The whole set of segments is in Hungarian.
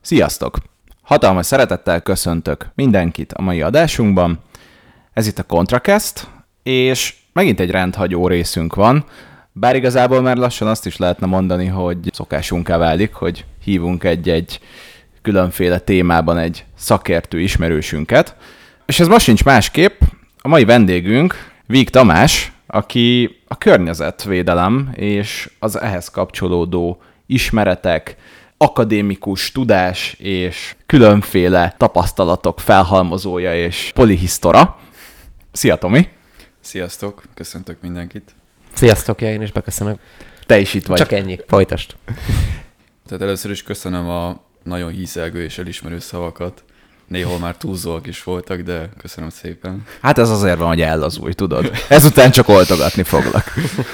Sziasztok! Hatalmas szeretettel köszöntök mindenkit a mai adásunkban. Ez itt a ContraCast, és megint egy rendhagyó részünk van, bár igazából már lassan azt is lehetne mondani, hogy szokásunká válik, hogy hívunk egy különféle témában egy szakértő ismerősünket. És ez most nincs másképp. A mai vendégünk Víg Tamás, aki a környezetvédelem és az ehhez kapcsolódó ismeretek, akadémikus tudás és különféle tapasztalatok felhalmozója és polihisztora. Szia, Tomi! Sziasztok, köszöntök mindenkit. Sziasztok, én is beköszönök. Te is itt vagy. Csak ennyi, folytasd. Tehát először is köszönöm a nagyon hízelgő és elismerő szavakat. Néhol már túlzóak is voltak, de köszönöm szépen. Hát ez azért van, hogy ellazulj, tudod. Ezután csak oltogatni foglak.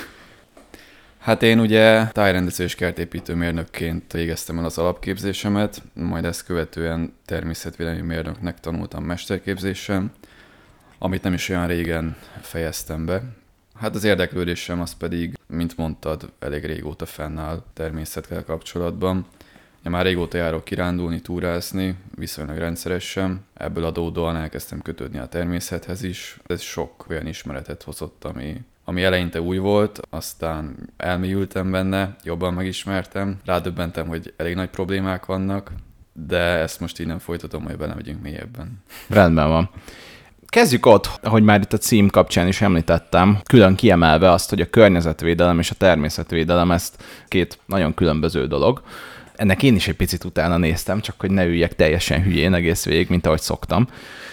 Hát én ugye tájrendező és kertépítő mérnökként végeztem el az alapképzésemet, majd ezt követően természetvédelmi mérnöknek tanultam mesterképzésen, amit nem is olyan régen fejeztem be. Hát az érdeklődésem az pedig, mint mondtad, elég régóta fennáll természettel kapcsolatban. Én már régóta járok kirándulni, túrázni, viszonylag rendszeresen. Ebből adódóan elkezdtem kötődni a természethez is. Ez sok olyan ismeretet hozott, ami eleinte új volt, aztán elmélyültem benne, jobban megismertem. Rádöbbentem, hogy elég nagy problémák vannak, de ezt most így nem folytatom, hogy belemegyünk mélyebben. Rendben van. Kezdjük ott, ahogy már itt a cím kapcsán is említettem, külön kiemelve azt, hogy a környezetvédelem és a természetvédelem ezt két nagyon különböző dolog. Ennek én is egy picit utána néztem, csak hogy ne üljek teljesen hülyén egész végig, mint ahogy szoktam.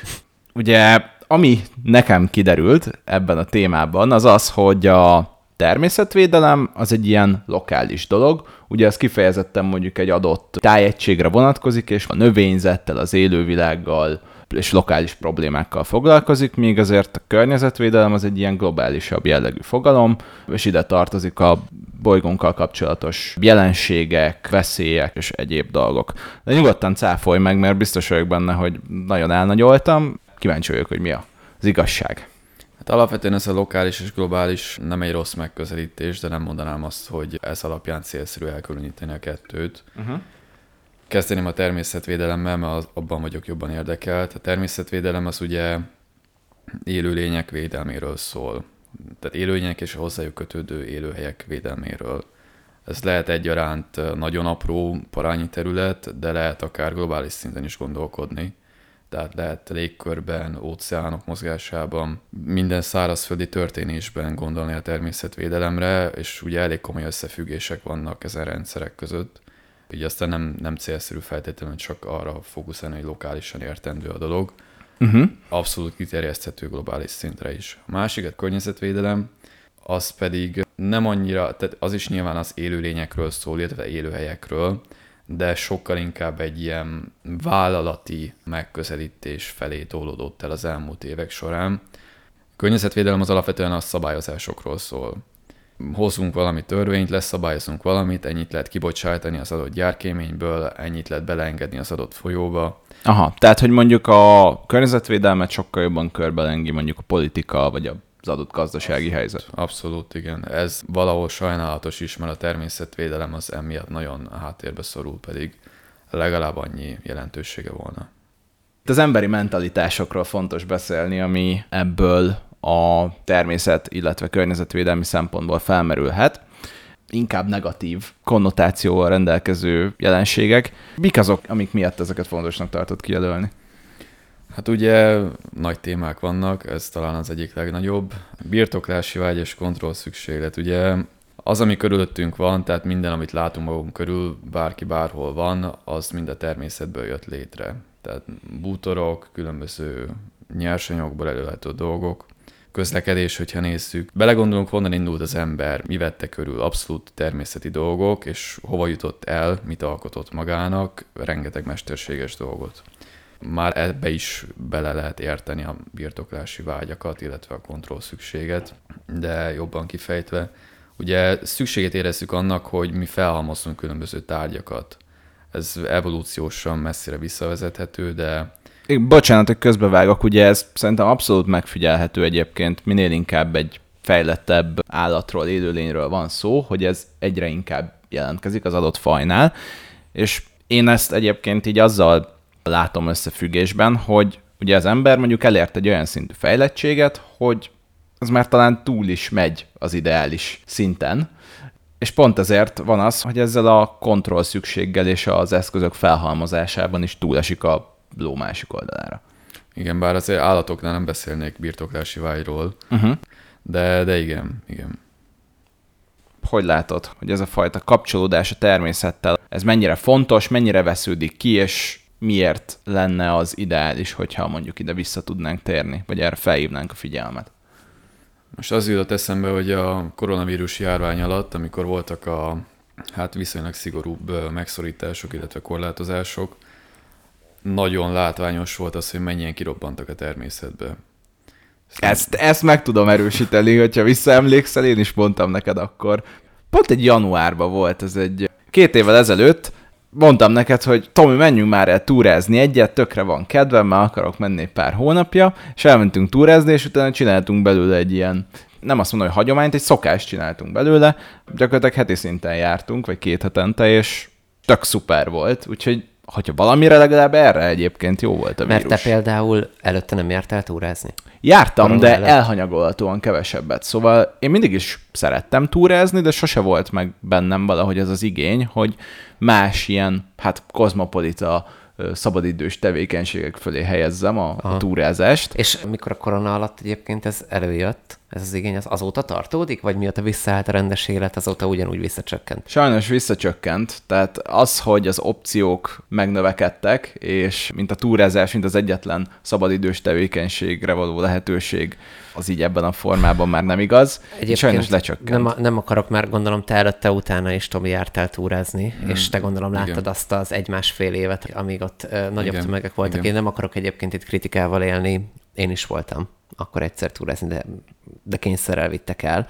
Ugye, ami nekem kiderült ebben a témában, az az, hogy a természetvédelem az egy ilyen lokális dolog. Ugye ez kifejezetten mondjuk egy adott tájegységre vonatkozik, és a növényzettel, az élővilággal és lokális problémákkal foglalkozik, míg azért a környezetvédelem az egy ilyen globálisabb jellegű fogalom, és ide tartozik a bolygónkkal kapcsolatos jelenségek, veszélyek és egyéb dolgok. De nyugodtan cáfolj meg, mert biztos vagyok benne, hogy nagyon elnagyoltam. Kíváncsi vagyok, hogy mi az igazság. Hát alapvetően ez a lokális és globális nem egy rossz megközelítés, de nem mondanám azt, hogy ez alapján célszerű elkülöníteni a kettőt. Kezdeném a természetvédelemmel, mert abban vagyok jobban érdekelt. A természetvédelem az ugye élőlények védelméről szól. Tehát élőlények és a hozzájuk kötődő élőhelyek védelméről. Ez lehet egyaránt nagyon apró parányi terület, de lehet akár globális szinten is gondolkodni. Tehát lehet légkörben, óceánok mozgásában, minden szárazföldi történésben gondolni a természetvédelemre, és ugye elég komoly összefüggések vannak ezen rendszerek között. Így aztán nem célszerű feltétlenül csak arra fókuszálni, hogy lokálisan értendő a dolog. Abszolút kiterjeszthető globális szintre is. A másik, a környezetvédelem, az pedig nem annyira, tehát az is nyilván az élőlényekről szól, illetve élőhelyekről, de sokkal inkább egy ilyen vállalati megközelítés felé tolódott el az elmúlt évek során. A környezetvédelem az alapvetően a szabályozásokról szól. Hozunk valami törvényt, leszabályozunk valamit, ennyit lehet kibocsátani az adott gyárkéményből, ennyit lehet beleengedni az adott folyóba. Aha, tehát hogy mondjuk a környezetvédelmet sokkal jobban körbelengi mondjuk a politika, vagy az adott gazdasági helyzet. Abszolút, igen. Ez valahol sajnálatos is, mert a természetvédelem az emiatt nagyon háttérbe szorul, pedig legalább annyi jelentősége volna. Itt az emberi mentalitásokról fontos beszélni, ami ebből a természet, illetve környezetvédelmi szempontból felmerülhet. Inkább negatív konnotációval rendelkező jelenségek. Mik azok, amik miatt ezeket fontosnak tartott kijelölni? Hát ugye nagy témák vannak, ez talán az egyik legnagyobb. Birtoklási vágy és kontroll szükséglet. Ugye az, ami körülöttünk van, tehát minden, amit látunk magunk körül, bárki bárhol van, az mind a természetből jött létre. Tehát bútorok, különböző nyersanyagokból előállító dolgok. Közlekedés, hogyha nézzük. Belegondolunk, honnan indult az ember, mi vette körül, abszolút természeti dolgok, és hova jutott el, mit alkotott magának, rengeteg mesterséges dolgot. Már ebbe is bele lehet érteni a birtoklási vágyakat, illetve a kontroll szükséget, de jobban kifejtve. Ugye szükséget érezzük annak, hogy mi felhalmozzunk különböző tárgyakat. Ez evolúciósan messzire visszavezethető, de Bocsánat, hogy közbevágok, ugye ez szerintem abszolút megfigyelhető egyébként, minél inkább egy fejlettebb állatról, élőlényről van szó, hogy ez egyre inkább jelentkezik az adott fajnál, és Én ezt egyébként így azzal látom összefüggésben, hogy ugye az ember mondjuk elért egy olyan szintű fejlettséget, hogy az már talán túl is megy az ideális szinten, és pont ezért van az, hogy ezzel a kontroll szükséggel és az eszközök felhalmozásában is túlesik a ló másik oldalára. Igen, bár azért állatoknál nem beszélnék birtoklási vágyról, de igen. Hogy látod, hogy ez a fajta kapcsolódás a természettel, ez mennyire fontos, mennyire vesződik ki, és miért lenne az ideális, hogyha mondjuk ide vissza tudnánk térni, vagy erre felhívnánk a figyelmet? Most az jutott eszembe, hogy a koronavírus járvány alatt, amikor voltak a viszonylag szigorúbb megszorítások, illetve korlátozások, nagyon látványos volt az, hogy mennyien kirobbantak a természetbe. Ezt meg tudom erősíteni, hogyha visszaemlékszel, én is mondtam neked akkor. Pont egy januárban volt, ez 2 évvel ezelőtt, mondtam neked, hogy Tomi, menjünk már el túrázni egyet, tökre van kedvem, már akarok menni egy pár hónapja, és elmentünk túrázni, és utána csináltunk belőle egy ilyen, nem azt mondom, hogy hagyományt, egy szokást csináltunk belőle, gyakorlatilag heti szinten jártunk, vagy 2 hetente, és tök szuper volt, úgyhogy hogyha valamire, legalább erre egyébként jó volt a vírus. Mert te például előtte nem jártál túrázni? Jártam, de elhanyagolhatóan kevesebbet. Szóval én mindig is szerettem túrázni, de sose volt meg bennem valahogy ez az igény, hogy más ilyen, kozmopolita, szabadidős tevékenységek fölé helyezzem a túrázást. És mikor a korona alatt egyébként ez előjött, ez az igény, az azóta tartódik? Vagy mióta visszaállt a rendes élet, azóta ugyanúgy visszacsökkent? Sajnos visszacsökkent, tehát az, hogy az opciók megnövekedtek, és mint a túrázás, mint az egyetlen szabadidős tevékenységre való lehetőség, az így ebben a formában már nem igaz. Egyébként sajnos lecsökkent. Nem akarok, mert gondolom te előtte utána is, Tomi, jártál túrázni, és te gondolom láttad azt az 1-1,5 évet, amíg ott nagyobb tömegek voltak. Igen. Én nem akarok egyébként itt kritikával élni, én is voltam akkor egyszer túrázni, de kényszerrel vittek el.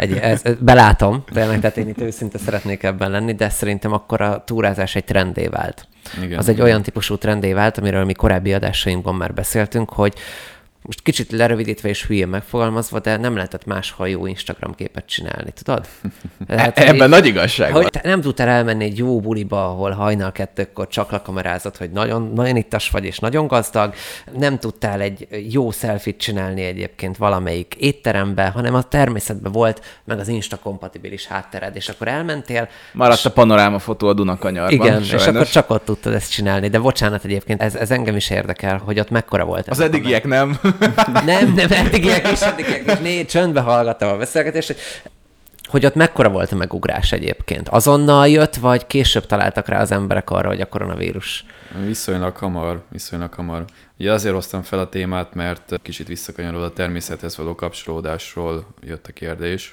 Belátom, tényleg, tehát én itt őszinte szeretnék ebben lenni, de szerintem akkor a túrázás egy trendé vált. Igen, az egy olyan típusú trendé vált, amiről mi korábbi adásainkban már beszéltünk, hogy most kicsit lerövidítve és hülyén megfogalmazva, de nem lehetett máshol jó Instagram képet csinálni, tudod? Ebben nagy igazság van. Hogy nem tudtál elmenni egy jó buliba, ahol hajnal 2-kor csak lekamerázott, hogy nagyon, nagyon ittas vagy és nagyon gazdag, nem tudtál egy jó selfie-t csinálni egyébként valamelyik étterembe, hanem a természetben volt meg az Insta-kompatibilis háttered, és akkor elmentél. Maradt a panorámafotó a Dunakanyarban. Igen, sajnos. És akkor csak ott tudtad ezt csinálni, de bocsánat egyébként, ez engem is érdekel, hogy ott mekkora volt. Az eddigiek nem. Nem, eddigiek is. Csöndbe hallgattam a beszélgetést, hogy ott mekkora volt a megugrás egyébként. Azonnal jött, vagy később találtak rá az emberek arra, hogy a koronavírus? Viszonylag hamar. Ugye azért hoztam fel a témát, mert kicsit visszakanyarod a természethez való kapcsolódásról jött a kérdés.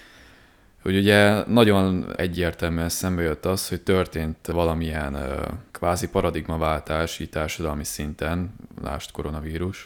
Hogy ugye nagyon egyértelműen szembe jött az, hogy történt valamilyen kvázi paradigmaváltás így társadalmi szinten, lásd koronavírus.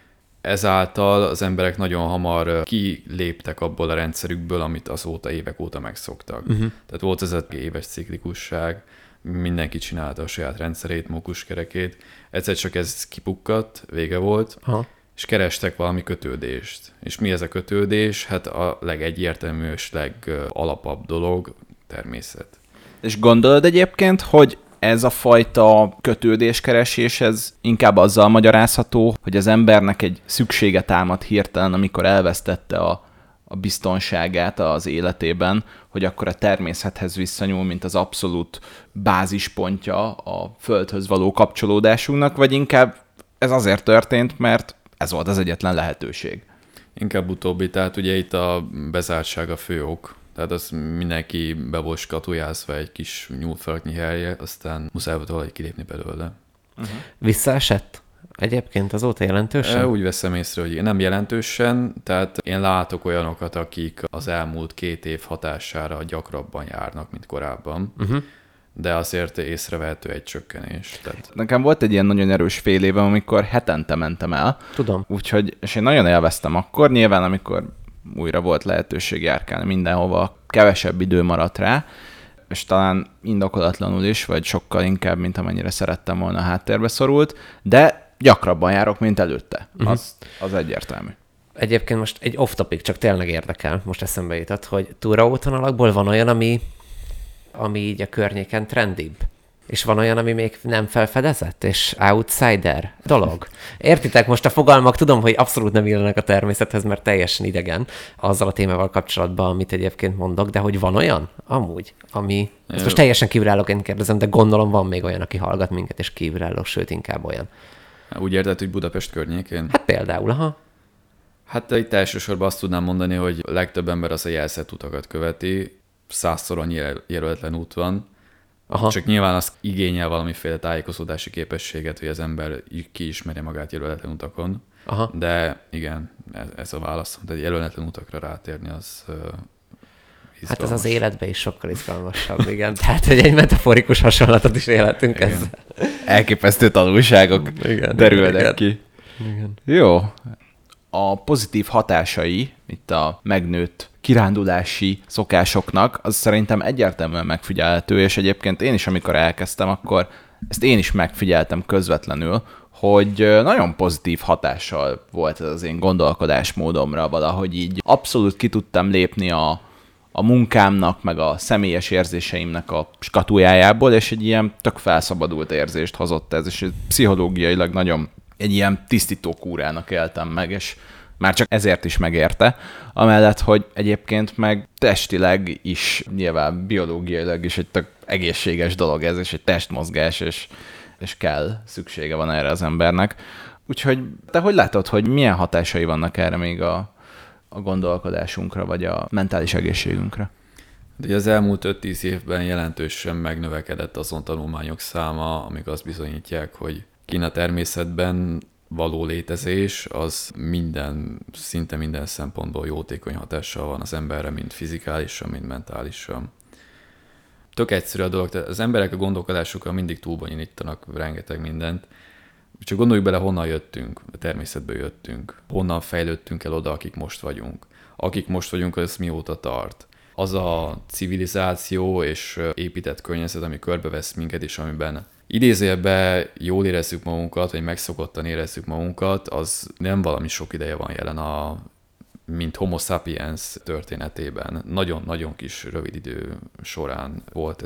Ezáltal az emberek nagyon hamar kiléptek abból a rendszerükből, amit azóta évek óta megszoktak. Tehát volt ez az éves ciklikusság, mindenki csinálta a saját rendszerét, mókuskerekét. Egyszer csak ez kipukkadt, vége volt, és kerestek valami kötődést. És mi ez a kötődés? Hát a legegyértelműbb és legalapabb dolog, természet. És gondolod egyébként, hogy ez a fajta kötődéskeresés, ez inkább azzal magyarázható, hogy az embernek egy szüksége támad hirtelen, amikor elvesztette a biztonságát az életében, hogy akkor a természethez visszanyúl, mint az abszolút bázispontja a földhöz való kapcsolódásunknak, vagy inkább ez azért történt, mert ez volt az egyetlen lehetőség. Inkább utóbbi, tehát ugye itt a bezártság a fő ok. Tehát az mindenki be volt skatujázva egy kis nyúlfarknyi helye, aztán muszáj volt valahogy kilépni belőle. Visszaesett egyébként azóta jelentősen? Úgy veszem észre, hogy nem jelentősen, tehát én látok olyanokat, akik az elmúlt 2 év hatására gyakrabban járnak, mint korábban. De azért észrevehető egy csökkenés. Tehát... Nekem volt egy ilyen nagyon erős fél évem, amikor hetente mentem el. Tudom. Úgyhogy, és én nagyon élveztem akkor, nyilván amikor újra volt lehetőség járkálni mindenhova, kevesebb idő maradt rá, és talán indokolatlanul is, vagy sokkal inkább, mint amennyire szerettem volna, háttérbe szorult, de gyakrabban járok, mint előtte. Az egyértelmű. Egyébként most egy off-topic, csak tényleg érdekel, most eszembe jutott, hogy túraútvonalakból van olyan, ami így a környéken trendibb. És van olyan, ami még nem felfedezett, és outsider dolog. Értitek, most a fogalmak tudom, hogy abszolút nem illenek a természethez, mert teljesen idegen azzal a témával kapcsolatban, amit egyébként mondok, de hogy van olyan amúgy, ami... Ezt most teljesen kívülállóként kérdezem, de gondolom van még olyan, aki hallgat minket, és kívülálló, sőt inkább olyan. Úgy érted, hogy Budapest környékén? Hát például, aha. Hát itt elsősorban azt tudnám mondani, hogy a legtöbb ember az a jelzett utakat követi, 100-szor annyi jelöletlen út van. Aha. Csak nyilván az igényel valamiféle tájékozódási képességet, hogy az ember kiismerje magát jelöletlen utakon. Aha. De igen, ez a válasz, hogy jelöletlen utakra rátérni az izgalmas. Hát ez az életben is sokkal izgalmasabb, igen. Tehát, hogy egy metaforikus hasonlatot is élhetünk ezzel. Elképesztő tanulságok derülnek ki. Igen. Jó. A pozitív hatásai, itt a megnőtt kirándulási szokásoknak, az szerintem egyértelműen megfigyelhető, és egyébként én is, amikor elkezdtem, akkor ezt én is megfigyeltem közvetlenül, hogy nagyon pozitív hatással volt ez az én gondolkodásmódomra, valahogy így abszolút ki tudtam lépni a munkámnak, meg a személyes érzéseimnek a skatujájából, és egy ilyen tök felszabadult érzést hozott ez, és pszichológiailag nagyon egy ilyen tisztító kúrának éltem meg, és már csak ezért is megérte, amellett, hogy egyébként meg testileg is, nyilván biológiailag is egy tök egészséges dolog ez, és egy testmozgás, és kell, szüksége van erre az embernek. Úgyhogy te hogy látod, hogy milyen hatásai vannak erre még a gondolkodásunkra, vagy a mentális egészségünkre? De az elmúlt 5-10 évben jelentősen megnövekedett azon tanulmányok száma, amik azt bizonyítják, hogy kint a természetben való létezés, az szinte minden szempontból jótékony hatással van az emberre, mind fizikálisan, mind mentálisan. Tök egyszerű a dolog, tehát az emberek a gondolkodásukkal mindig túlbonyolítanak rengeteg mindent. Csak gondoljuk bele, honnan jöttünk, a természetből jöttünk, honnan fejlődtünk el oda, akik most vagyunk. Akik most vagyunk, az mióta tart. Az a civilizáció és épített környezet, ami körbevesz minket, és amiben idézőjelben jól érezzük magunkat, vagy megszokottan érezzük magunkat, az nem valami sok ideje van jelen mint Homo sapiens történetében. Nagyon-nagyon kis rövid idő során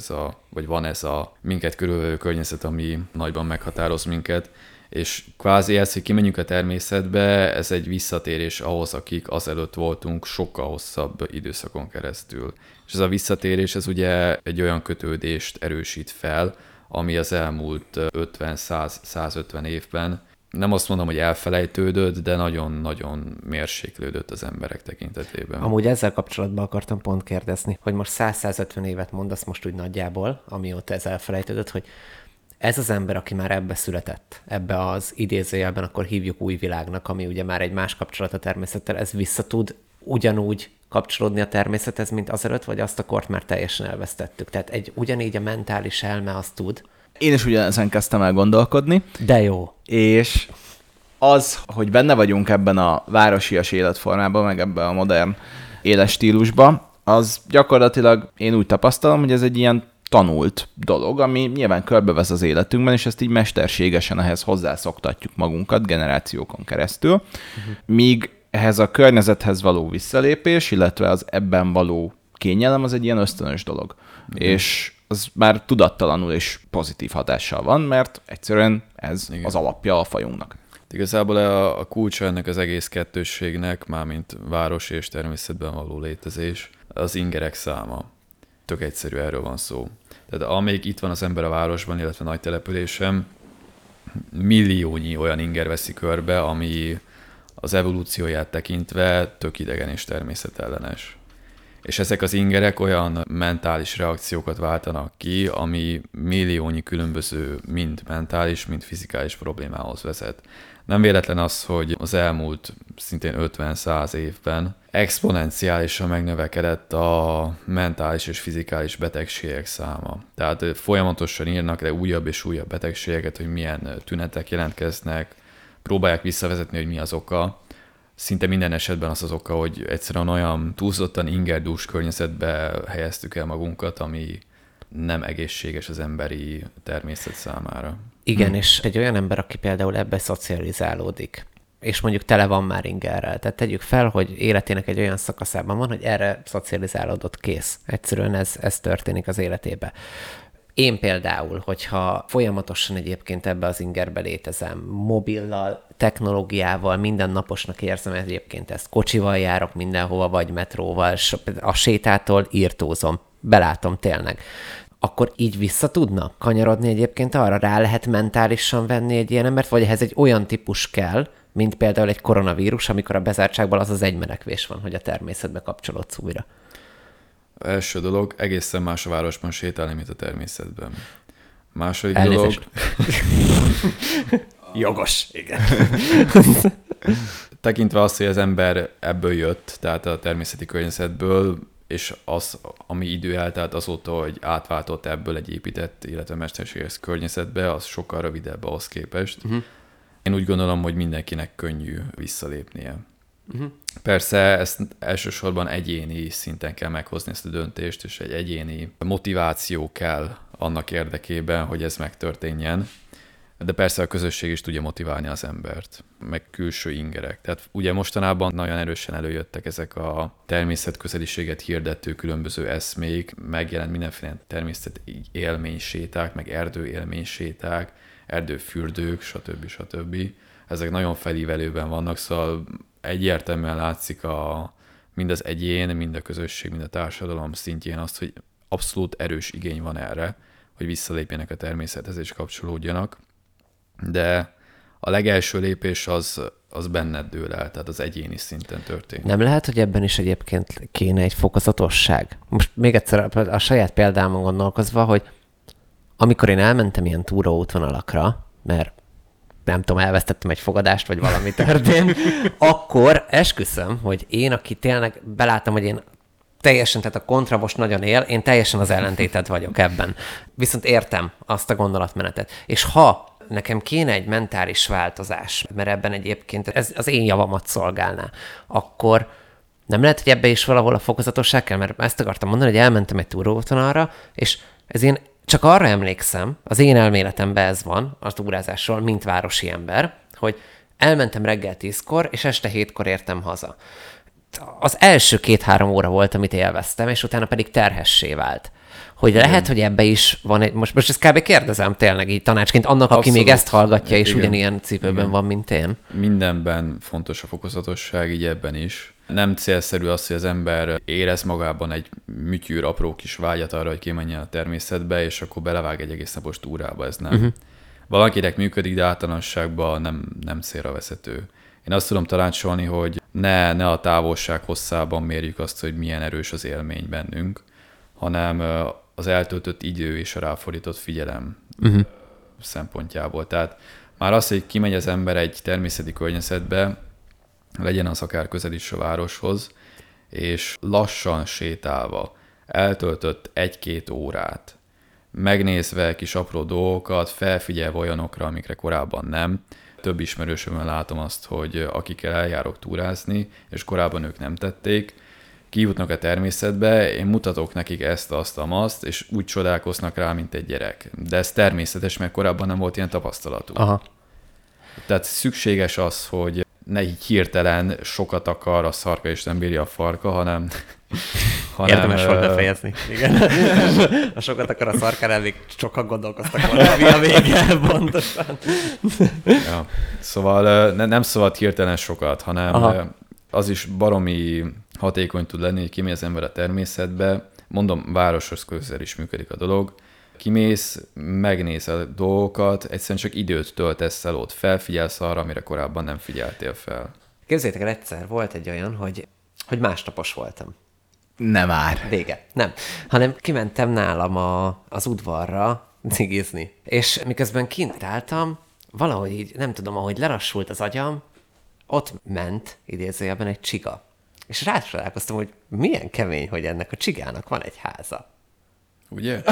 van ez a minket körülvevő környezet, ami nagyban meghatároz minket, és kvázi ez, hogy kimenjünk a természetbe, ez egy visszatérés ahhoz, akik azelőtt voltunk sokkal hosszabb időszakon keresztül. És ez a visszatérés, ez ugye egy olyan kötődést erősít fel, ami az elmúlt 50-100-150 évben, nem azt mondom, hogy elfelejtődött, de nagyon-nagyon mérséklődött az emberek tekintetében. Amúgy ezzel kapcsolatban akartam pont kérdezni, hogy most 100-150 évet mondasz most úgy nagyjából, amióta ez elfelejtődött, hogy ez az ember, aki már ebbe született, ebbe az idézőjelben akkor hívjuk új világnak, ami ugye már egy más kapcsolat a természettel, ez vissza tud ugyanúgy kapcsolódni a természethez, mint azelőtt, vagy azt a kort már teljesen elvesztettük. Tehát ugyanígy a mentális elme azt tud. Én is ugyanezen kezdtem el gondolkodni. De jó. És az, hogy benne vagyunk ebben a városias életformában, meg ebben a modern életstílusban, az gyakorlatilag én úgy tapasztalom, hogy ez egy ilyen tanult dolog, ami nyilván körbevesz az életünkben, és ezt így mesterségesen ehhez hozzászoktatjuk magunkat generációkon keresztül, míg ehhez a környezethez való visszalépés, illetve az ebben való kényelem, az egy ilyen ösztönös dolog. És az már tudattalanul és pozitív hatással van, mert egyszerűen ez az alapja a fajunknak. Igazából a kulcsa ennek az egész kettősségnek, mármint városi és természetben való létezés, az ingerek száma. Tök egyszerű, erről van szó. Tehát amíg itt van az ember a városban, illetve nagy településem, milliónyi olyan inger veszi körbe, ami az evolúcióját tekintve tök idegen és természetellenes. És ezek az ingerek olyan mentális reakciókat váltanak ki, ami milliónyi különböző mind mentális, mind fizikális problémához vezet. Nem véletlen az, hogy az elmúlt szintén 50-100 évben exponenciálisan megnövekedett a mentális és fizikális betegségek száma. Tehát folyamatosan írnak le újabb és újabb betegségeket, hogy milyen tünetek jelentkeznek, próbálják visszavezetni, hogy mi az oka. Szinte minden esetben az oka, hogy egyszerűen olyan túlzottan ingerdús környezetbe helyeztük el magunkat, ami nem egészséges az emberi természet számára. Igen, és egy olyan ember, aki például ebbe szocializálódik, és mondjuk tele van már ingerrel. Tehát tegyük fel, hogy életének egy olyan szakaszában van, hogy erre szocializálódott, kész. Egyszerűen ez történik az életébe. én például, hogyha folyamatosan egyébként ebbe az ingerbe létezem, mobillal, technológiával, mindennaposnak érzem egyébként ezt, kocsival járok mindenhova, vagy metróval, a sétától írtózom, belátom tényleg. Akkor így vissza tudna kanyarodni egyébként arra, rá lehet mentálisan venni egy ilyen embert, vagy ehhez egy olyan típus kell, mint például egy koronavírus, amikor a bezártságban az egy menekvés van, hogy a természetbe kapcsolódsz újra. Első dolog, egészen más a városban sétálni, mint a természetben. Második Elnézést. dolog... Jogos, igen. Tekintve azt, hogy az ember ebből jött, tehát a természeti környezetből, és az, ami idő eltelt azóta, hogy átváltott ebből egy épített, illetve mesterséges környezetbe, az sokkal rövidebb ahhoz képest. Én úgy gondolom, hogy mindenkinek könnyű visszalépnie. Persze ezt elsősorban egyéni szinten kell meghozni ezt a döntést, és egy egyéni motiváció kell annak érdekében, hogy ez megtörténjen. De persze a közösség is tudja motiválni az embert, meg külső ingerek. Tehát ugye mostanában nagyon erősen előjöttek ezek a természetközeliséget hirdető különböző eszmék, megjelent mindenféle természet élményséták, meg erdőélményséták, erdőfürdők, stb. Ezek nagyon felívelőben vannak, szóval egyértelműen látszik mind az egyén, mind a közösség, mind a társadalom szintjén azt, hogy abszolút erős igény van erre, hogy visszalépjenek a természethez és kapcsolódjanak. De a legelső lépés az benned dől el, tehát az egyéni szinten történik. Nem lehet, hogy ebben is egyébként kéne egy fokozatosság? Most még egyszer a saját példámon gondolkozva, hogy amikor én elmentem ilyen túraútvonalakra, mert nem tudom, elvesztettem egy fogadást, vagy valami történt, akkor esküszöm, hogy én, aki tényleg beláttam, hogy én teljesen, tehát a kontra most nagyon él, én teljesen az ellentéted vagyok ebben. Viszont értem azt a gondolatmenetet. És ha nekem kéne egy mentális változás, mert ebben egyébként ez az én javamat szolgálná, akkor nem lehet, hogy ebbe is valahol a fokozatosság kell, mert ezt akartam mondani, hogy elmentem egy túróútvonalra, és ez én csak arra emlékszem, az én elméletemben ez van, a túrázásról, mint városi ember, hogy elmentem reggel 10-kor, és este 7-kor értem haza. Az első 2-3 óra volt, amit élveztem, és utána pedig terhessé vált. Hogy lehet, hogy ebbe is van egy... Most ezt kb. Kérdezem tényleg így tanácsként annak, abszolút, aki még ezt hallgatja, és ugyanilyen cipőben van, mint én. Mindenben fontos a fokozatosság, így ebben is. Nem célszerű az, hogy az ember érez magában egy műtyűr apró kis vágyat arra, hogy kimenjen a természetbe, és akkor belevág egy egész napos túrába, ez nem. Valakinek működik, de általánosságban nem célra vezető. Én azt tudom tanácsolni, hogy ne a távolság hosszában mérjük azt, hogy milyen erős az élmény bennünk, hanem az eltöltött idő és a ráfordított figyelem szempontjából. Tehát már az, hogy kimegy az ember egy természeti környezetbe, legyen az akár közel is a városhoz, és lassan sétálva eltöltött 1-2 órát, megnézve kis apró dolgokat, felfigyelve olyanokra, amikre korábban nem. Több ismerősömön látom azt, hogy akikkel eljárok túrázni, és korábban ők nem tették, kijutnak a természetbe, én mutatok nekik ezt, azt, és úgy csodálkoznak rá, mint egy gyerek. De ez természetes, mert korábban nem volt ilyen tapasztalatuk. Aha. Tehát szükséges az, hogy ne így hirtelen sokat akar a szarka, és nem bírja a farka, hanem érdemes volt befejezni. Igen. A sokat akar a szarkára, elég sokan gondolkoztak volna, mi a vége pontosan. Ja. Szóval nem szabad hirtelen sokat, hanem az is baromi hatékony tud lenni, hogy kimegy az ember a természetbe. Mondom, városhoz közel is működik a dolog. Kimész, megnézel dolgokat, egyszerűen csak időt töltesz el ott, felfigyelsz arra, amire korábban nem figyeltél fel. Képzeljétek el, egyszer volt egy olyan, hogy másnapos voltam. Nem már. Vége. Nem. Hanem kimentem nálam az udvarra cigizni. És miközben kint álltam, valahogy így, nem tudom, ahogy lelassult az agyam, ott ment, idézőjelben, egy csiga. És rácsodálkoztam, hogy milyen kemény, hogy ennek a csigának van egy háza. Ugye?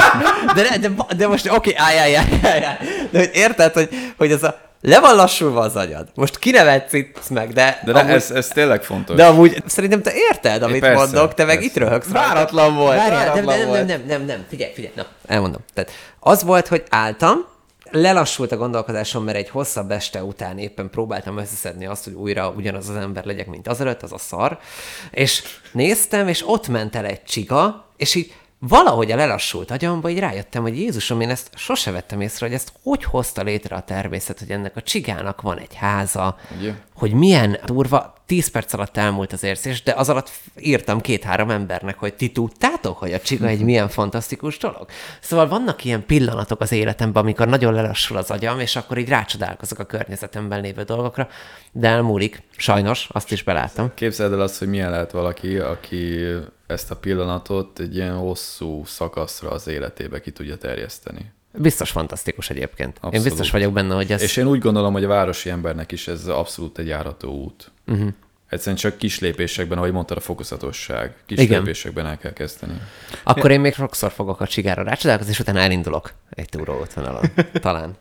De most oké, állj. De hogy érted, hogy ez le van lassulva az agyad. Most kinevetsz itt meg, de amúgy, ez tényleg fontos. De amúgy szerintem te érted, amit persze, mondok, te meg itt röhögsz. Váratlan volt. Nem, figyelj. Na, elmondom. Tehát az volt, hogy álltam, lelassult a gondolkodásom, mert egy hosszabb este után éppen próbáltam összeszedni azt, hogy újra ugyanaz az ember legyek, mint azelőtt, az a szar. És néztem, és ott ment el egy csiga, és így valahogy a lelassult agyamba így rájöttem, hogy Jézusom, én ezt sose vettem észre, hogy ezt hogy hozta létre a természet, hogy ennek a csigának van egy háza, ugye? Hogy milyen durva, 10 perc alatt elmúlt az érzés, de az alatt írtam 2-3 embernek, hogy ti tudtátok, hogy a csiga egy milyen fantasztikus dolog. Szóval vannak ilyen pillanatok az életemben, amikor nagyon lelassul az agyam, és akkor így rácsodálkozok a környezetemben lévő dolgokra, de elmúlik. Sajnos, azt is beláttam. Képzeld el azt, hogy milyen lehet valaki, aki ezt a pillanatot egy ilyen hosszú szakaszra az életébe ki tudja terjeszteni. Biztos fantasztikus egyébként. Abszolút. Én biztos vagyok benne, hogy ez... És én úgy gondolom, hogy a városi embernek is ez abszolút egy járható út. Egyszerűen csak kis lépésekben, ahogy mondtad, a fokozatosság. Kis lépésekben el kell kezdeni. Akkor én még sokszor fogok a csigára rácsodálkozni, és utána elindulok egy túróútvonalon. Talán.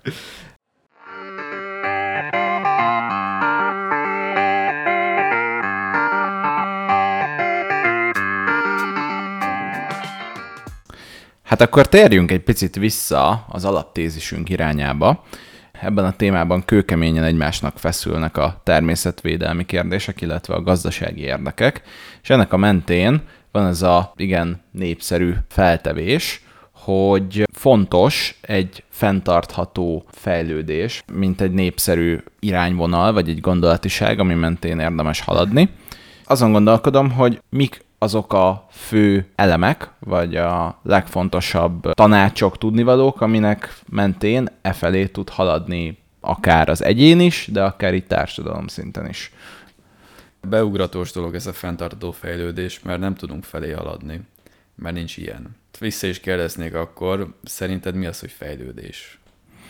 Hát akkor térjünk egy picit vissza az alaptézisünk irányába. Ebben a témában kőkeményen egymásnak feszülnek a természetvédelmi kérdések, illetve a gazdasági érdekek, és ennek a mentén van ez a igen népszerű feltevés, hogy fontos egy fenntartható fejlődés, mint egy népszerű irányvonal, vagy egy gondolatiság, ami mentén érdemes haladni. Azon gondolkodom, hogy mik azok a fő elemek, vagy a legfontosabb tanácsok, tudnivalók, aminek mentén felé tud haladni akár az egyén is, de akár így társadalom szinten is. Beugratós dolog ez a fenntartó fejlődés, mert nem tudunk felé haladni, mert nincs ilyen. Vissza is kérdeznék akkor, szerinted mi az, hogy fejlődés?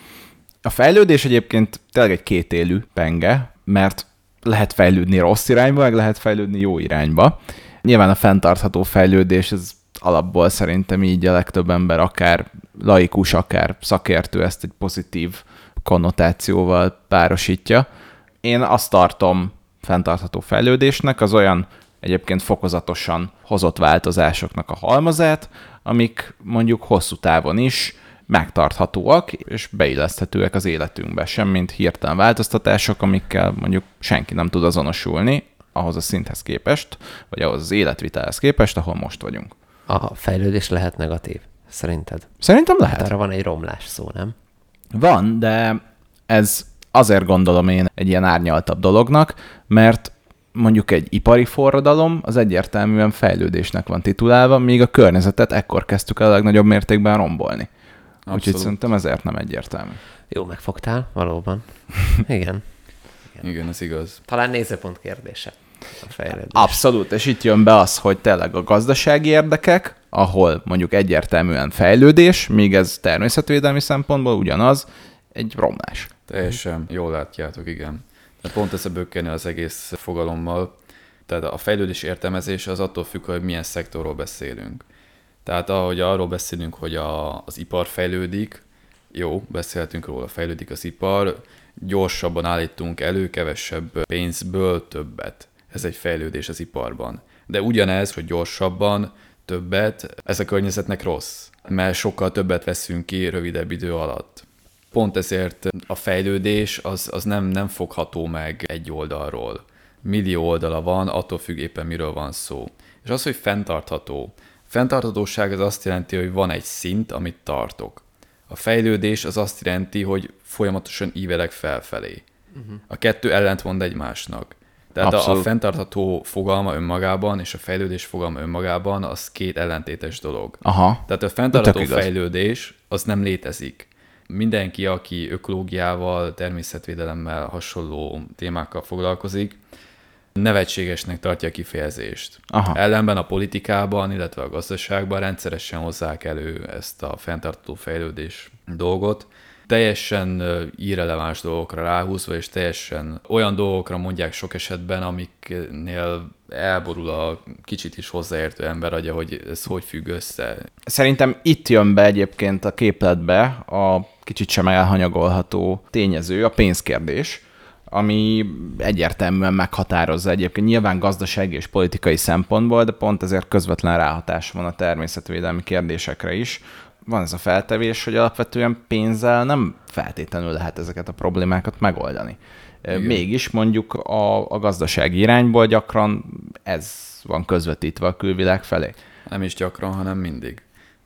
A fejlődés egyébként tényleg egy kétélű penge, mert lehet fejlődni rossz irányba, meg lehet fejlődni jó irányba. Nyilván a fenntartható fejlődés, ez alapból szerintem így a legtöbb ember, akár laikus, akár szakértő ezt egy pozitív konnotációval párosítja. Én azt tartom fenntartható fejlődésnek az olyan egyébként fokozatosan hozott változásoknak a halmazát, amik mondjuk hosszú távon is megtarthatóak és beilleszthetőek az életünkbe, semmint hirtelen változtatások, amikkel mondjuk senki nem tud azonosulni, ahhoz a szinthez képest, vagy ahhoz az életvitelhez képest, ahol most vagyunk. A fejlődés lehet negatív, szerinted? Szerintem lehet. Hát arra van egy romlás szó, nem? Van, de ez azért gondolom én egy ilyen árnyaltabb dolognak, mert mondjuk egy ipari forradalom az egyértelműen fejlődésnek van titulálva, míg a környezetet ekkor kezdtük el a legnagyobb mértékben rombolni. Úgyhogy szerintem ezért nem egyértelmű. Jó megfogtál, valóban. Igen. Igen, ez igaz. Talán nézőpont kérdése a fejlődés. Abszolút, és itt jön be az, hogy tényleg a gazdasági érdekek, ahol mondjuk egyértelműen fejlődés, míg ez természetvédelmi szempontból ugyanaz, egy romlás. Teljesen jól látjátok, igen. De pont ez a bökkenő az egész fogalommal. Tehát a fejlődés értelmezése az attól függ, hogy milyen szektorról beszélünk. Tehát ahogy arról beszélünk, hogy az ipar fejlődik, jó, beszélhetünk róla, fejlődik az ipar, gyorsabban állítunk elő, kevesebb pénzből többet. Ez egy fejlődés az iparban. De ugyanez, hogy gyorsabban, többet, ez a környezetnek rossz, mert sokkal többet veszünk ki rövidebb idő alatt. Pont ezért a fejlődés az nem fogható meg egy oldalról. Millió oldala van, attól függ éppen miről van szó. És az, hogy fenntartható. Fenntarthatóság az azt jelenti, hogy van egy szint, amit tartok. A fejlődés az azt jelenti, hogy folyamatosan ívelek felfelé. A kettő ellentmond egymásnak. Tehát a fenntartható fogalma önmagában és a fejlődés fogalma önmagában az két ellentétes dolog. Aha. Tehát a fenntartható fejlődés az nem létezik. Mindenki, aki ökológiával, természetvédelemmel, hasonló témákkal foglalkozik, nevetségesnek tartja a kifejezést. Aha. Ellenben a politikában, illetve a gazdaságban rendszeresen hozzák elő ezt a fenntartható fejlődés dolgot, teljesen irreleváns dolgokra ráhúzva, és teljesen olyan dolgokra mondják sok esetben, amiknél elborul a kicsit is hozzáértő ember agya, hogy ez hogy függ össze. Szerintem itt jön be egyébként a képletbe a kicsit sem elhanyagolható tényező, a pénzkérdés, ami egyértelműen meghatározza egyébként nyilván gazdasági és politikai szempontból, de pont ezért közvetlen ráhatás van a természetvédelmi kérdésekre is. Van ez a feltevés, hogy alapvetően pénzzel nem feltétlenül lehet ezeket a problémákat megoldani. Igen. Mégis mondjuk a gazdasági irányból gyakran ez van közvetítve a külvilág felé. Nem is gyakran, hanem mindig.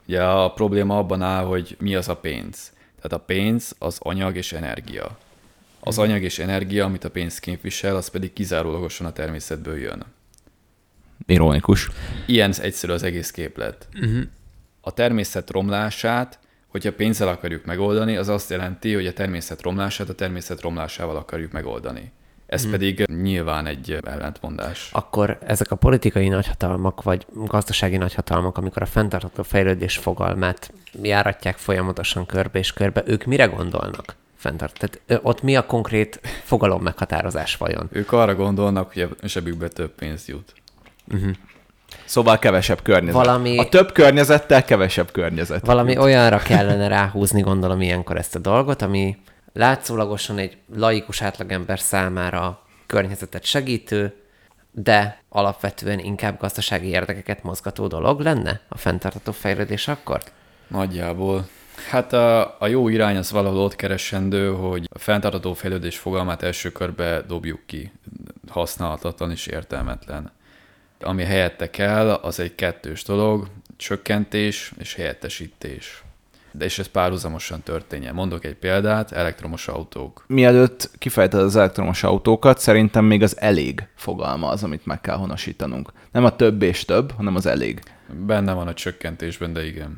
Ugye a probléma abban áll, hogy mi az a pénz. Tehát a pénz az anyag és energia. Az anyag és energia, amit a pénz képvisel, az pedig kizárólagosan a természetből jön. Ironikus. Ilyen egyszerű az egész képlet. A természet romlását, hogyha pénzzel akarjuk megoldani, az azt jelenti, hogy a természet romlását a természet romlásával akarjuk megoldani. Ez pedig nyilván egy ellentmondás. Akkor ezek a politikai nagyhatalmak, vagy gazdasági nagyhatalmak, amikor a fenntartható fejlődés fogalmát járatják folyamatosan körbe és körbe, ők mire gondolnak? Tehát ott mi a konkrét fogalom meghatározás vajon? Ők arra gondolnak, hogy a zsebükbe több pénz jut. Szóval kevesebb környezet. A több környezettel kevesebb környezet. Valami olyanra kellene ráhúzni, gondolom ilyenkor ezt a dolgot, ami látszólagosan egy laikus átlagember számára környezetet segítő, de alapvetően inkább gazdasági érdekeket mozgató dolog lenne a fenntartható fejlődés akkor? Nagyjából. Hát a jó irány az valahol ott keresendő, hogy a fenntartható fejlődés fogalmát első körbe dobjuk ki. Használhatatlan és értelmetlen. Ami helyette kell, az egy kettős dolog, csökkentés és helyettesítés. De és ez párhuzamosan történjen. Mondok egy példát, elektromos autók. Mielőtt kifejted az elektromos autókat, szerintem még az elég fogalma az, amit meg kell honosítanunk. Nem a több és több, hanem az elég. Benne van a csökkentésben, de igen.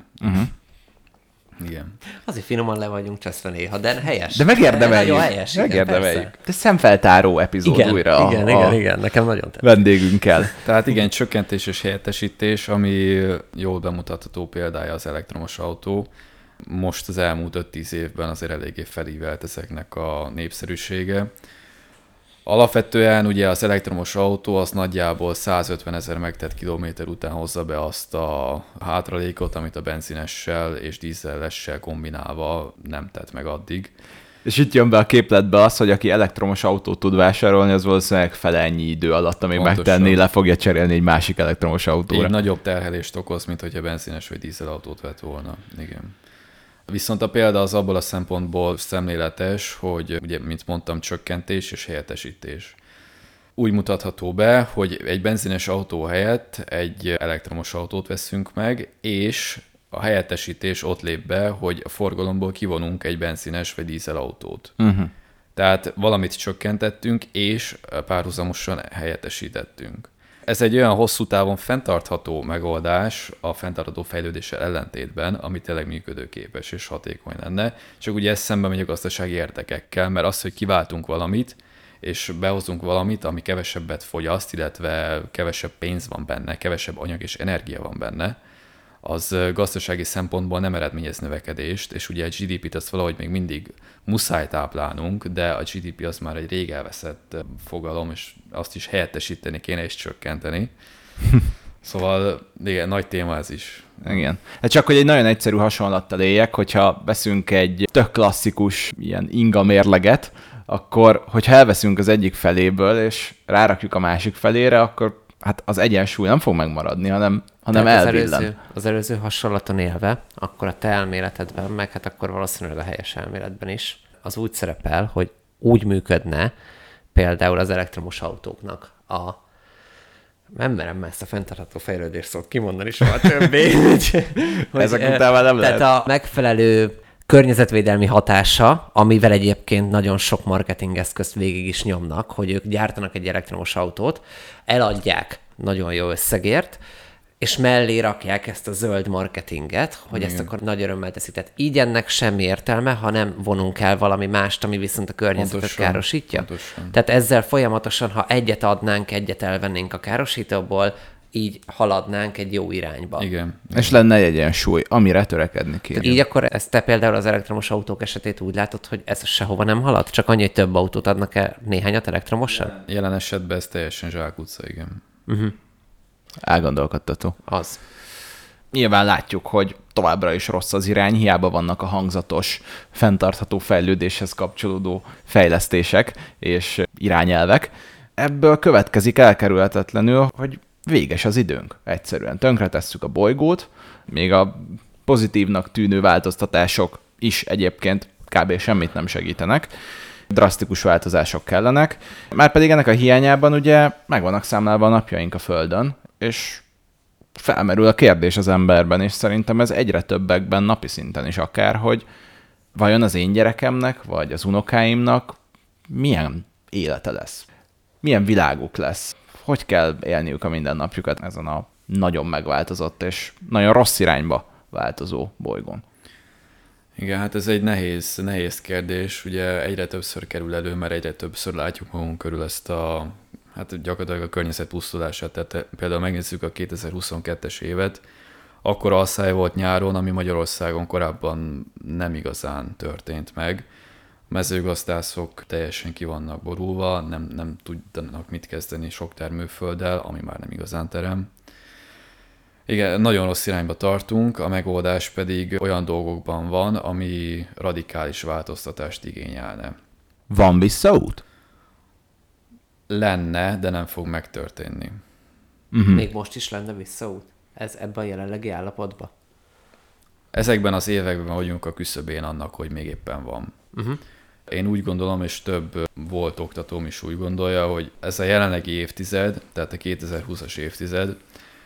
Igen. Azért finoman le vagyunk cseszve néha, de helyes. De megérdemeljük. Nagyon helyes. Megérdemeljük. De szemfeltáró epizód igen, újra. Igen, nekem nagyon tetszik. Vendégünkkel. Tehát igen, csökkentés és helyettesítés, ami jól bemutatható példája az elektromos autó. Most az elmúlt 5-10 évben azért eléggé felívelt ezeknek a népszerűsége. Alapvetően ugye az elektromos autó az nagyjából 150 000 megtett kilométer után hozza be azt a hátralékot, amit a benzinessel és dízellessel kombinálva nem tett meg addig. És itt jön be a képletbe az, hogy aki elektromos autót tud vásárolni, az valószínűleg fele ennyi idő alatt, amíg megtenné, le fogja cserélni egy másik elektromos autóra. Így nagyobb terhelést okoz, mint hogyha benzines vagy dízelautót vett volna. Igen. Viszont a példa az abból a szempontból szemléletes, hogy ugye, mint mondtam, csökkentés és helyettesítés. Úgy mutatható be, hogy egy benzines autó helyett egy elektromos autót veszünk meg, és a helyettesítés ott lép be, hogy a forgalomból kivonunk egy benzines vagy dízelautót. Tehát valamit csökkentettünk, és párhuzamosan helyettesítettünk. Ez egy olyan hosszú távon fenntartható megoldás a fenntartható fejlődéssel ellentétben, ami tényleg működőképes és hatékony lenne. Csak ugye ez szembe megy a gazdasági érdekekkel, mert az, hogy kiváltunk valamit, és behozunk valamit, ami kevesebbet fogyaszt, illetve kevesebb pénz van benne, kevesebb anyag és energia van benne, az gazdasági szempontból nem eredményez növekedést, és ugye a GDP-t azt valahogy még mindig muszáj táplálnunk, de a GDP az már egy rég elveszett fogalom, és azt is helyettesíteni kéne és csökkenteni. Szóval igen, nagy téma ez is. Igen. Hát csak, hogy egy nagyon egyszerű hasonlattal éljek, hogyha veszünk egy tök klasszikus ilyen inga mérleget, akkor, hogyha elveszünk az egyik feléből, és rárakjuk a másik felére, akkor hát az egyensúly nem fog megmaradni, hanem elvillan. Az előző hasonlaton élve, akkor a te elméletedben, meg hát akkor valószínűleg a helyes elméletben is, az úgy szerepel, hogy úgy működne például az elektromos autóknak nem merem ezt a fenntartható fejlődés szót kimondani soha többé. Ezek után nem lehet. Tehát a megfelelő környezetvédelmi hatása, amivel egyébként nagyon sok marketingeszközt végig is nyomnak, hogy ők gyártanak egy elektromos autót, eladják nagyon jó összegért, és mellé rakják ezt a zöld marketinget, hogy ezt akkor nagy örömmel teszik. Tehát így ennek semmi értelme, ha nem vonunk el valami mást, ami viszont a környezetet károsítja. Pontosan. Tehát ezzel folyamatosan, ha egyet adnánk, egyet elvennénk a károsítóból, így haladnánk egy jó irányba. Igen. És lenne egy egyensúly, amire törekedni kéne. Így akkor ezt te például az elektromos autók esetét úgy látod, hogy ez sehova nem halad? Csak annyi, hogy több autót adnak el néhányat elektromosan? Jelen esetben ez teljesen zsákutca, igen. Elgondolkodtató. Az. Nyilván látjuk, hogy továbbra is rossz az irány, hiába vannak a hangzatos, fenntartható fejlődéshez kapcsolódó fejlesztések és irányelvek. Ebből következik elkerülhetetlenül, hogy véges az időnk. Egyszerűen tönkretesszük a bolygót, még a pozitívnak tűnő változtatások is egyébként kb. Semmit nem segítenek. Drasztikus változások kellenek. Márpedig ennek a hiányában ugye meg vannak számlálva a napjaink a Földön, és felmerül a kérdés az emberben, és szerintem ez egyre többekben napi szinten is akár, hogy vajon az én gyerekemnek, vagy az unokáimnak milyen élete lesz? Milyen világuk lesz? Hogy kell élniük a mindennapjukat ezen a nagyon megváltozott és nagyon rossz irányba változó bolygón? Igen, hát ez egy nehéz kérdés. Ugye egyre többször kerül elő, mert egyre többször látjuk magunk körül ezt hát gyakorlatilag a környezet pusztulását. Tehát például megnézzük a 2022-es évet, akkor asszály volt nyáron, ami Magyarországon korábban nem igazán történt meg. A mezőgazdászok teljesen ki vannak borulva, nem tudnak mit kezdeni sok termőfölddel, ami már nem igazán terem. Igen, nagyon rossz irányba tartunk, a megoldás pedig olyan dolgokban van, ami radikális változtatást igényelne. Van visszaút? Lenne, de nem fog megtörténni. Még most is lenne visszaút? Ez ebben a jelenlegi állapotban? Ezekben az években vagyunk a küszöbén annak, hogy még éppen van. Én úgy gondolom, és több volt oktatóm is úgy gondolja, hogy ez a jelenlegi évtized, tehát a 2020-as évtized,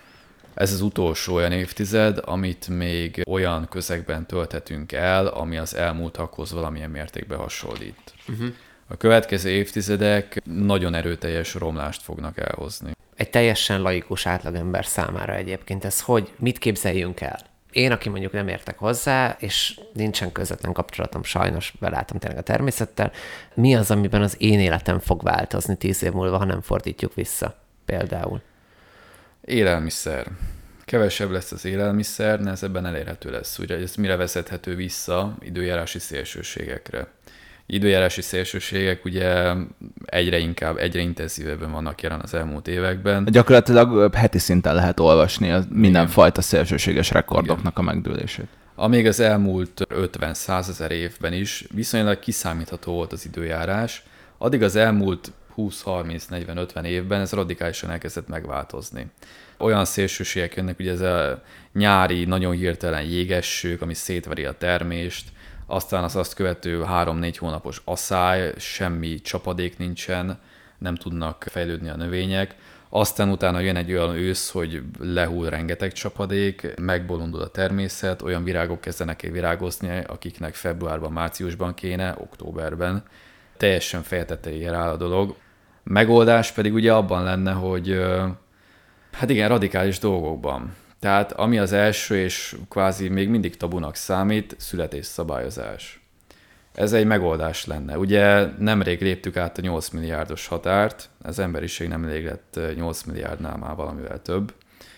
ez az utolsó olyan évtized, amit még olyan közegben tölthetünk el, ami az elmúltakhoz valamilyen mértékben hasonlít. A következő évtizedek nagyon erőteljes romlást fognak elhozni. Egy teljesen laikus átlagember számára egyébként ez mit képzeljünk el? Én, aki mondjuk nem értek hozzá, és nincsen közvetlen kapcsolatom sajnos, belátom tényleg a természettel, mi az, amiben az én életem fog változni 10 év múlva, ha nem fordítjuk vissza például? Élelmiszer. Kevesebb lesz az élelmiszer, nehezebben elérhető lesz. Ugye ez mire vezethető vissza? Időjárási szélsőségekre. Időjárási szélsőségek ugye egyre intenzívebben vannak jelen az elmúlt években. Gyakorlatilag heti szinten lehet olvasni a mindenfajta szélsőséges rekordoknak a megdőlését. Amíg az elmúlt 50-100 ezer évben is viszonylag kiszámítható volt az időjárás, addig az elmúlt 20-30-40-50 évben ez radikálisan elkezdett megváltozni. Olyan szélsőségek jönnek, ugye ez a nyári, nagyon hirtelen jégesők, ami szétveri a termést, aztán az azt követő 3-4 hónapos asszály, semmi csapadék nincsen, nem tudnak fejlődni a növények. Aztán utána jön egy olyan ősz, hogy lehull rengeteg csapadék, megbolondul a természet, olyan virágok kezdenek el virágozni, akiknek februárban, márciusban kéne, októberben. Teljesen feje tetejére áll a dolog. Megoldás pedig ugye abban lenne, hogy hát igen, radikális dolgokban. Tehát ami az első, és kvázi még mindig tabunak számít, születésszabályozás. Ez egy megoldás lenne. Ugye nemrég léptük át a 8 milliárdos határt, az emberiség nemrég lett 8 milliárdnál már valamivel több.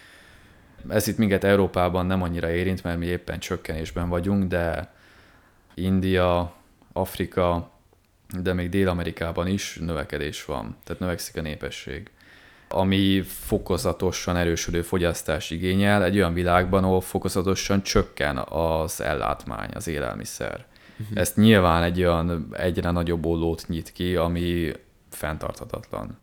Ez itt minket Európában nem annyira érint, mert mi éppen csökkenésben vagyunk, de India, Afrika, de még Dél-Amerikában is növekedés van, tehát növekszik a népesség. Ami fokozatosan erősödő fogyasztás igényel egy olyan világban, ahol fokozatosan csökken az ellátmány, az élelmiszer. Ezt nyilván egy olyan egyre nagyobb ollót nyit ki, ami fenntarthatatlan.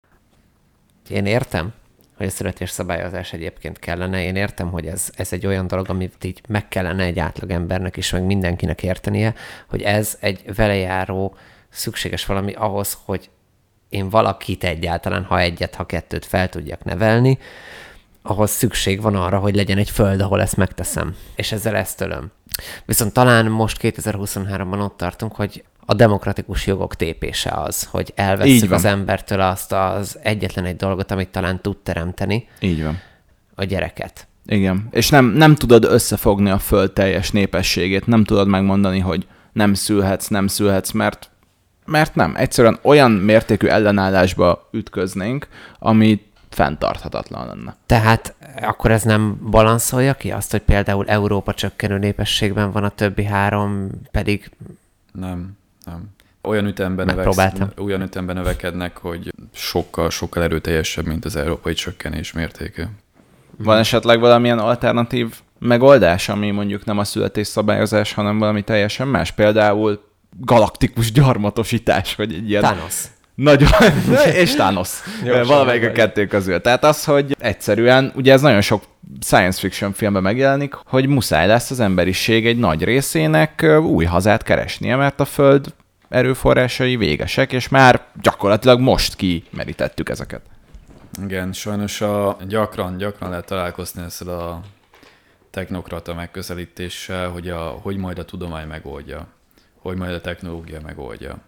Én értem, hogy a születésszabályozás egyébként kellene. Én értem, hogy ez egy olyan dolog, amit így meg kellene egy átlagembernek is, meg mindenkinek értenie, hogy ez egy velejáró szükséges valami ahhoz, hogy én valakit egyáltalán, ha egyet, ha kettőt fel tudjak nevelni, ahhoz szükség van arra, hogy legyen egy föld, ahol ezt megteszem. És ezzel ezt tölöm. Viszont talán most 2023-ban ott tartunk, hogy a demokratikus jogok tépése az, hogy elvesszük az embertől azt az egyetlen egy dolgot, amit talán tud teremteni. Így van. A gyereket. Igen. És nem tudod összefogni a föld teljes népességét, nem tudod megmondani, hogy nem szülhetsz, mert nem. Egyszerűen olyan mértékű ellenállásba ütköznénk, ami fenntarthatatlan lenne. Tehát akkor ez nem balanszolja ki azt, hogy például Európa csökkenő népességben van, a többi három pedig... Nem. Olyan ütemben növekednek, hogy sokkal erőteljesebb, mint az európai csökkenés mértéke. Van esetleg valamilyen alternatív megoldás, ami mondjuk nem a születésszabályozás, hanem valami teljesen más? Például galaktikus gyarmatosítás, vagy egy ilyen... Thanos. Nagyon, és Thanos. Valamelyik a kettő közül. Tehát az, hogy egyszerűen, ugye ez nagyon sok science fiction filmben megjelenik, hogy muszáj lesz az emberiség egy nagy részének új hazát keresnie, mert a Föld erőforrásai végesek, és már gyakorlatilag most kimerítettük ezeket. Igen, sajnos gyakran lehet találkozni ezzel a technokrata megközelítéssel, hogy majd a tudomány megoldja, hogy majd a technológia megoldja.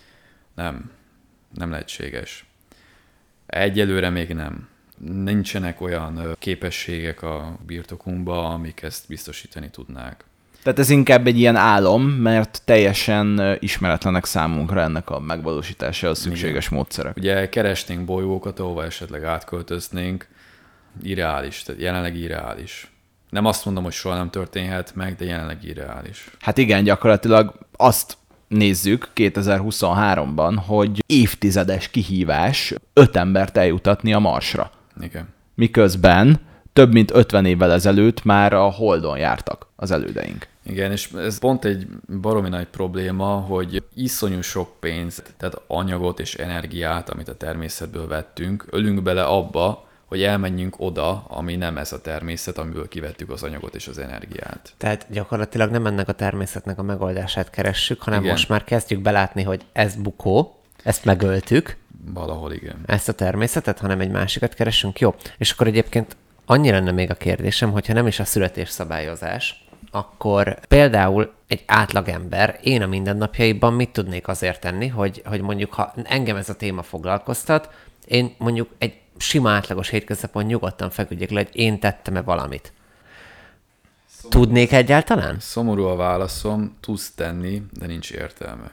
Nem lehetséges. Egyelőre még nem. Nincsenek olyan képességek a birtokunkban, amik ezt biztosítani tudnák. Tehát ez inkább egy ilyen álom, mert teljesen ismeretlenek számunkra ennek a megvalósításához szükséges módszerek. Ugye keresnénk bolygókat, ahova esetleg átköltöznénk. Irreális, tehát jelenleg irreális. Nem azt mondom, hogy soha nem történhet meg, de jelenleg irreális. Hát igen, gyakorlatilag azt nézzük 2023-ban, hogy évtizedes kihívás 5 embert eljutatni a Marsra. Igen. Miközben több mint 50 évvel ezelőtt már a Holdon jártak az elődeink. Igen, és ez pont egy baromi nagy probléma, hogy iszonyú sok pénzt, tehát anyagot és energiát, amit a természetből vettünk, ölünk bele abba, hogy elmenjünk oda, ami nem ez a természet, amiből kivettük az anyagot és az energiát. Tehát gyakorlatilag nem ennek a természetnek a megoldását keressük, hanem igen. Most már kezdjük belátni, hogy ez bukó, ezt megöltük. Valahol igen. Ezt a természetet, hanem egy másikat keresünk. Jó. És akkor egyébként annyi lenne még a kérdésem, hogyha nem is a születésszabályozás, akkor például egy átlagember, én a mindennapjaiban mit tudnék azért tenni, hogy mondjuk, ha engem ez a téma foglalkoztat, én mondjuk egy sima átlagos hétköznapon nyugodtan feküdjek le, hogy én tettem-e valamit. Tudnék egyáltalán? Szomorú a válaszom, tudsz tenni, de nincs értelme.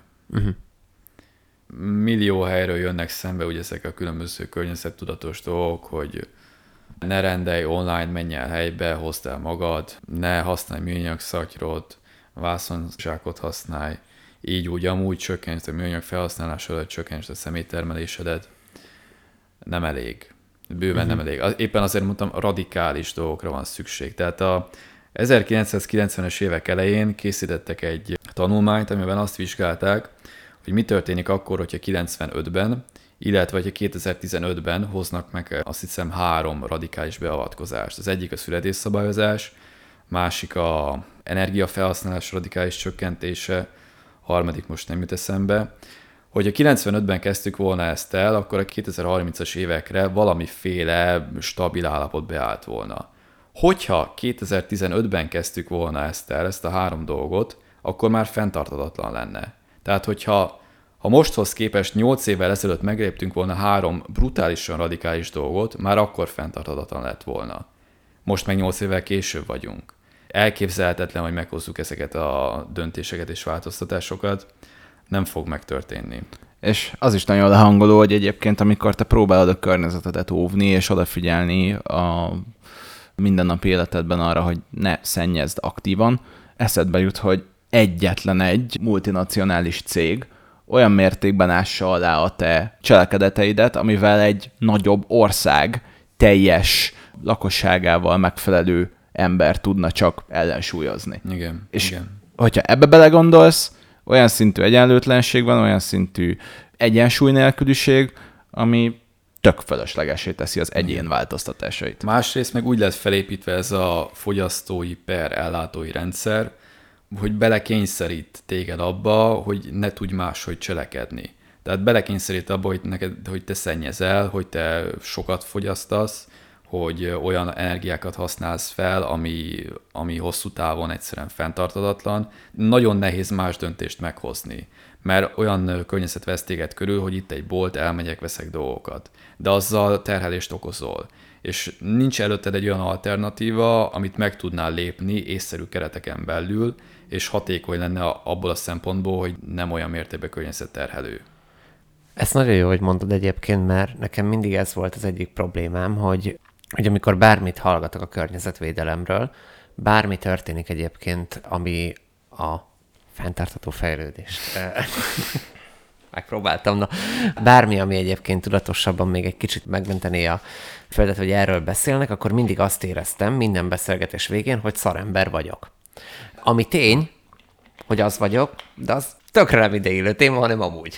Millió helyről jönnek szembe ugye ezek a különböző környezettudatos dolgok, hogy ne rendelj online, menj el helybe, hozd el magad, ne használj műanyag szatyrot, vászonzsákot használj, így úgy amúgy csökkentsd a műanyag felhasználásodat, csökkentsd a személytermelésedet. Nem elég. Bőven nem elég. Éppen azért mondtam, radikális dolgokra van szükség. Tehát a 1990-es évek elején készítettek egy tanulmányt, amiben azt vizsgálták, hogy mi történik akkor, hogyha 95-ben, illetve hogyha 2015-ben hoznak meg azt hiszem 3 radikális beavatkozást. Az egyik a születésszabályozás, másik a energiafelhasználás radikális csökkentése, harmadik most nem jut eszembe. Hogyha 95-ben kezdtük volna ezt el, akkor a 2030-as évekre valamiféle stabil állapot beállt volna. Hogyha 2015-ben kezdtük volna ezt a 3 dolgot, akkor már fenntarthatatlan lenne. Tehát, hogyha mosthoz képest 8 évvel ezelőtt megléptünk volna 3 brutálisan radikális dolgot, már akkor fenntarthatatlan lett volna. Most meg 8 évvel később vagyunk. Elképzelhetetlen, hogy meghozzuk ezeket a döntéseket és változtatásokat. Nem fog megtörténni. És az is nagyon lehangoló, hogy egyébként amikor te próbálod a környezetedet óvni és odafigyelni a mindennapi életedben arra, hogy ne szennyezd aktívan, eszedbe jut, hogy egyetlen egy multinacionális cég olyan mértékben ássa alá a te cselekedeteidet, amivel egy nagyobb ország teljes lakosságával megfelelő ember tudna csak ellensúlyozni. Igen. És igen. hogyha ebbe belegondolsz, olyan szintű egyenlőtlenség van, olyan szintű egyensúly nélküliség, ami tök fölöslegessé teszi az egyén változtatásait. Másrészt meg úgy lett felépítve ez a fogyasztói per ellátói rendszer, hogy belekényszerít téged abba, hogy ne tudj máshogy cselekedni. Tehát belekényszerít abba, hogy te szennyezel, hogy te sokat fogyasztasz, hogy olyan energiákat használsz fel, ami hosszú távon egyszerűen fenntarthatatlan. Nagyon nehéz más döntést meghozni, mert olyan környezet vesz téged körül, hogy itt egy bolt, elmegyek, veszek dolgokat. De azzal terhelést okozol. És nincs előtted egy olyan alternatíva, amit meg tudnál lépni észszerű kereteken belül, és hatékony lenne abból a szempontból, hogy nem olyan mértékben környezetterhelő. Ez nagyon jó, hogy mondod egyébként, mert nekem mindig ez volt az egyik problémám, hogy amikor bármit hallgatok a környezetvédelemről, bármi történik egyébként, ami a fenntartható fejlődést. Megpróbáltam, na. Bármi, ami egyébként tudatosabban még egy kicsit megmentené a földet, hogy erről beszélnek, akkor mindig azt éreztem minden beszélgetés végén, hogy szarember vagyok. Ami tény, hogy az vagyok, de az tökre nem ideillő téma, hanem amúgy.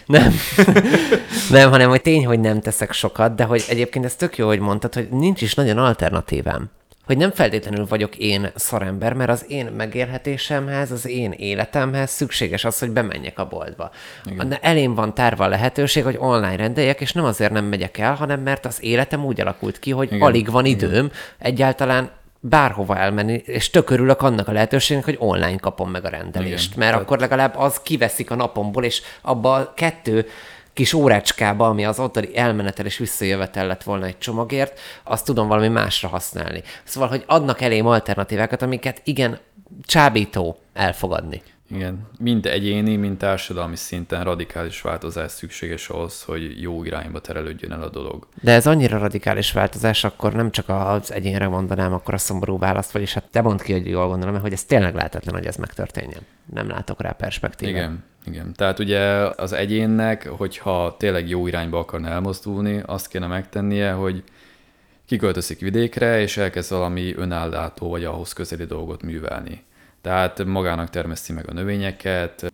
Nem, hanem hogy tény, hogy nem teszek sokat, de hogy egyébként ez tök jó, hogy mondtad, hogy nincs is nagyon alternatívám. hogy nem feltétlenül vagyok én szarember, mert az én megélhetésemhez, az én életemhez szükséges az, hogy bemenjek a boltba. Elém van tárva a lehetőség, hogy online rendeljek, és nem azért nem megyek el, hanem mert az életem úgy alakult ki, hogy alig van időm egyáltalán bárhova elmenni, és tök örülök annak a lehetőségnek, hogy online kapom meg a rendelést. Mert akkor legalább az kiveszik a napomból, és abba a 2 kis órácskába, ami az ottani elmenetel és visszajövetel lett volna egy csomagért, azt tudom valami másra használni. Szóval, hogy adnak elém alternatívákat, amiket igen, csábító elfogadni. Igen, mind egyéni, mind társadalmi szinten radikális változás szükséges ahhoz, hogy jó irányba terelődjön el a dolog. De ez annyira radikális változás, akkor nem csak az egyénre mondanám akkor a szomorú választ, vagyis hát te mondd ki, hogy jól gondolom, hogy ez tényleg lehetetlen, hogy ez megtörténjen. Nem látok rá perspektívát. Igen. Tehát ugye az egyénnek, hogyha tényleg jó irányba akarna elmozdulni, azt kéne megtennie, hogy kiköltözik vidékre, és elkezd valami önállátó vagy ahhoz közeli dolgot művelni. Tehát magának termeszti meg a növényeket,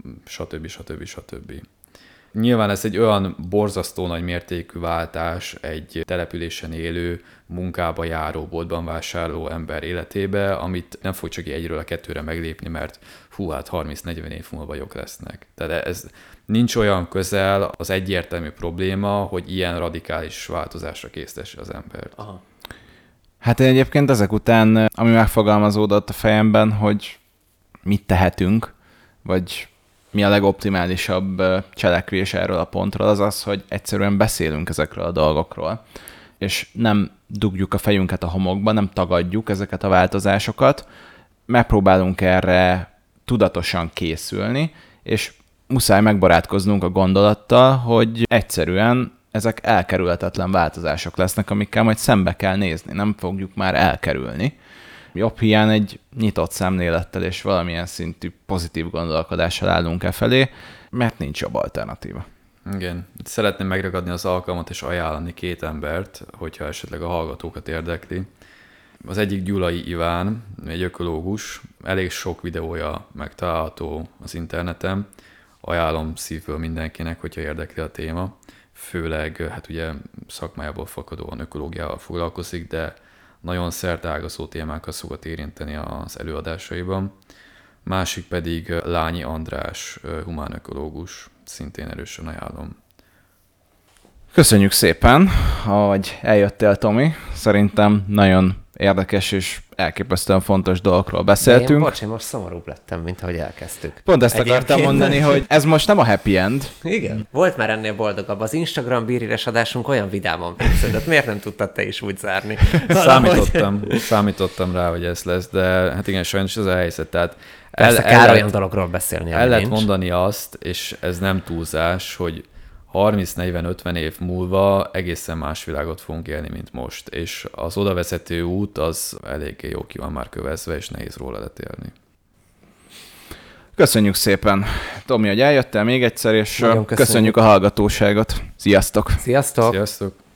stb. Nyilván ez egy olyan borzasztó nagy mértékű váltás egy településen élő, munkába járó, boltban vásárló ember életébe, amit nem fog csak egyről a 2-re meglépni, mert 30-40 év múlva jók lesznek. Tehát ez nincs olyan közel az egyértelmű probléma, hogy ilyen radikális változásra késztesse az embert. Aha. Hát én egyébként ezek után, ami megfogalmazódott a fejemben, hogy mit tehetünk, vagy mi a legoptimálisabb cselekvés erről a pontról, az az, hogy egyszerűen beszélünk ezekről a dolgokról, és nem dugjuk a fejünket a homokba, nem tagadjuk ezeket a változásokat, megpróbálunk erre tudatosan készülni, és muszáj megbarátkoznunk a gondolattal, hogy egyszerűen ezek elkerülhetetlen változások lesznek, amikkel majd szembe kell nézni, nem fogjuk már elkerülni. Jobb hiány egy nyitott szemlélettel és valamilyen szintű pozitív gondolkodással állunk e felé, mert nincs jobb alternatíva. Igen. Szeretném megragadni az alkalmat és ajánlani 2 embert, hogyha esetleg a hallgatókat érdekli. Az egyik Gyulai Iván, egy ökológus, elég sok videója megtalálható az interneten. Ajánlom szívből mindenkinek, hogyha érdekli a téma. Főleg, hát ugye szakmájából fakadóan ökológiával foglalkozik, de nagyon szerteágazó témákat szokott érinteni az előadásaiban. Másik pedig Lányi András, humánökológus, szintén erősen ajánlom. Köszönjük szépen, hogy eljöttél, Tomi. Szerintem nagyon érdekes és elképesztően fontos dolgokról beszéltünk. Én most szomorúbb lettem, mint ahogy elkezdtük. Pont ezt akartam mondani, hogy ez most nem a happy end. Igen. Volt már ennél boldogabb. Az Instagram bíréres adásunk olyan vidáman végződött. Miért nem tudtad te is úgy zárni? Számítottam rá, hogy ez lesz, de hát igen, sajnos ez a helyzet. Tehát persze kár olyan dologról beszélni, el lehet mondani azt, és ez nem túlzás, hogy 30-40-50 év múlva egészen más világot fogunk élni, mint most. És az oda vezető út az eléggé jó ki van már kövezve, és nehéz róla letérni. Köszönjük szépen, Tomi, hogy eljöttél még egyszer, és köszönjük a hallgatóságot. Sziasztok! Sziasztok! Sziasztok!